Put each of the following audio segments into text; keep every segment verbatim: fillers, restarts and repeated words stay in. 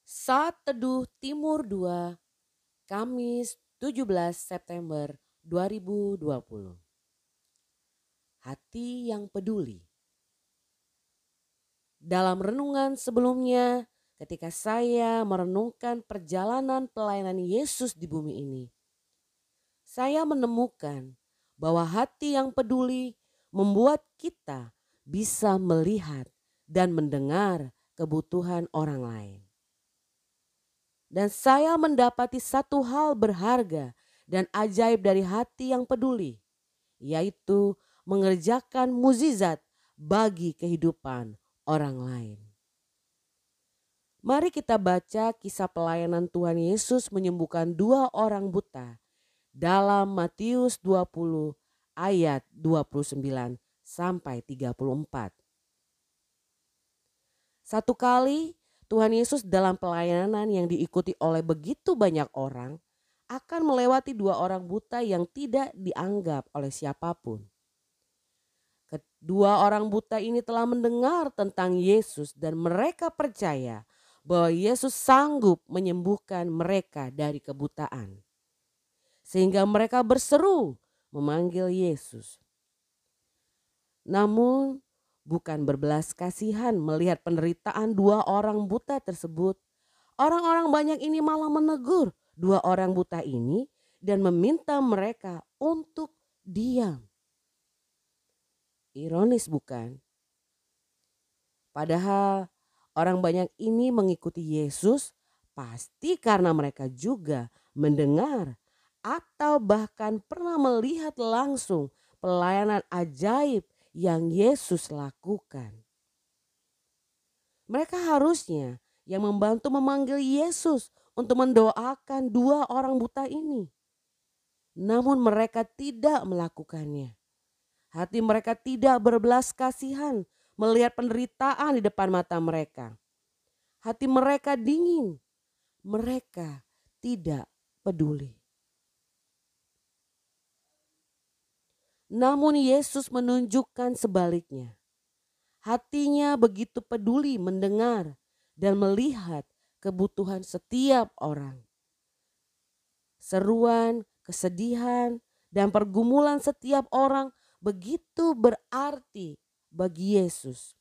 Saat Teduh Timur dua, Kamis tujuh belas September dua ribu dua puluh. Hati yang peduli. Dalam renungan sebelumnya, ketika saya merenungkan perjalanan pelayanan Yesus di bumi ini, saya menemukan bahwa hati yang peduli membuat kita bisa melihat dan mendengar kebutuhan orang lain. Dan saya mendapati satu hal berharga dan ajaib dari hati yang peduli, yaitu mengerjakan mukjizat bagi kehidupan orang lain. Mari kita baca kisah pelayanan Tuhan Yesus menyembuhkan dua orang buta dalam Matius dua puluh ayat dua puluh sembilan sampai tiga puluh empat. Satu kali Tuhan Yesus dalam pelayanan yang diikuti oleh begitu banyak orang akan melewati dua orang buta yang tidak dianggap oleh siapapun. Kedua orang buta ini telah mendengar tentang Yesus dan mereka percaya bahwa Yesus sanggup menyembuhkan mereka dari kebutaan. Sehingga mereka berseru memanggil Yesus. Namun bukan berbelas kasihan melihat penderitaan dua orang buta tersebut. Orang-orang banyak ini malah menegur dua orang buta ini dan meminta mereka untuk diam. Ironis bukan? Padahal orang banyak ini mengikuti Yesus pasti karena mereka juga mendengar atau bahkan pernah melihat langsung pelayanan ajaib yang Yesus lakukan. Mereka harusnya yang membantu memanggil Yesus untuk mendoakan dua orang buta ini. Namun mereka tidak melakukannya. Hati mereka tidak berbelas kasihan melihat penderitaan di depan mata mereka. Hati mereka dingin. Mereka tidak peduli. Namun Yesus menunjukkan sebaliknya. Hatinya begitu peduli mendengar dan melihat kebutuhan setiap orang. Seruan, kesedihan, dan pergumulan setiap orang begitu berarti bagi Yesus.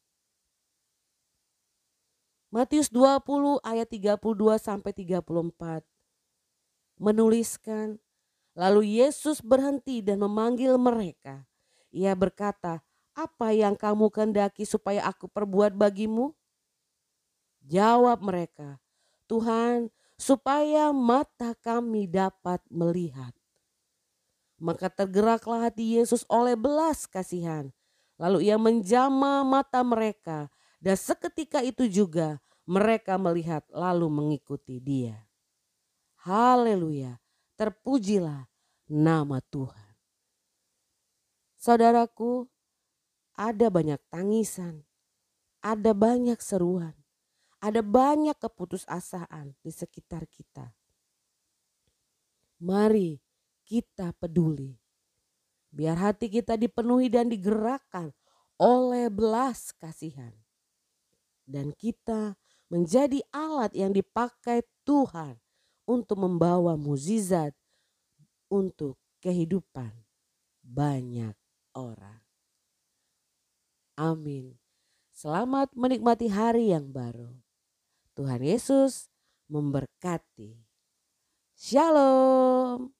Matius dua puluh ayat tiga puluh dua sampai tiga puluh empat menuliskan, lalu Yesus berhenti dan memanggil mereka. Ia berkata, "Apa yang kamu kehendaki supaya aku perbuat bagimu?" Jawab mereka, "Tuhan, supaya mata kami dapat melihat." Maka tergeraklah hati Yesus oleh belas kasihan. Lalu ia menjamah mata mereka dan seketika itu juga mereka melihat lalu mengikuti dia. Haleluya, terpujilah nama Tuhan. Saudaraku, ada banyak tangisan, ada banyak seruan, ada banyak keputusasaan di sekitar kita. Mari kita peduli. Biar hati kita dipenuhi dan digerakkan oleh belas kasihan. Dan kita menjadi alat yang dipakai Tuhan untuk membawa mukjizat untuk kehidupan banyak orang. Amin. Selamat menikmati hari yang baru. Tuhan Yesus memberkati. Shalom.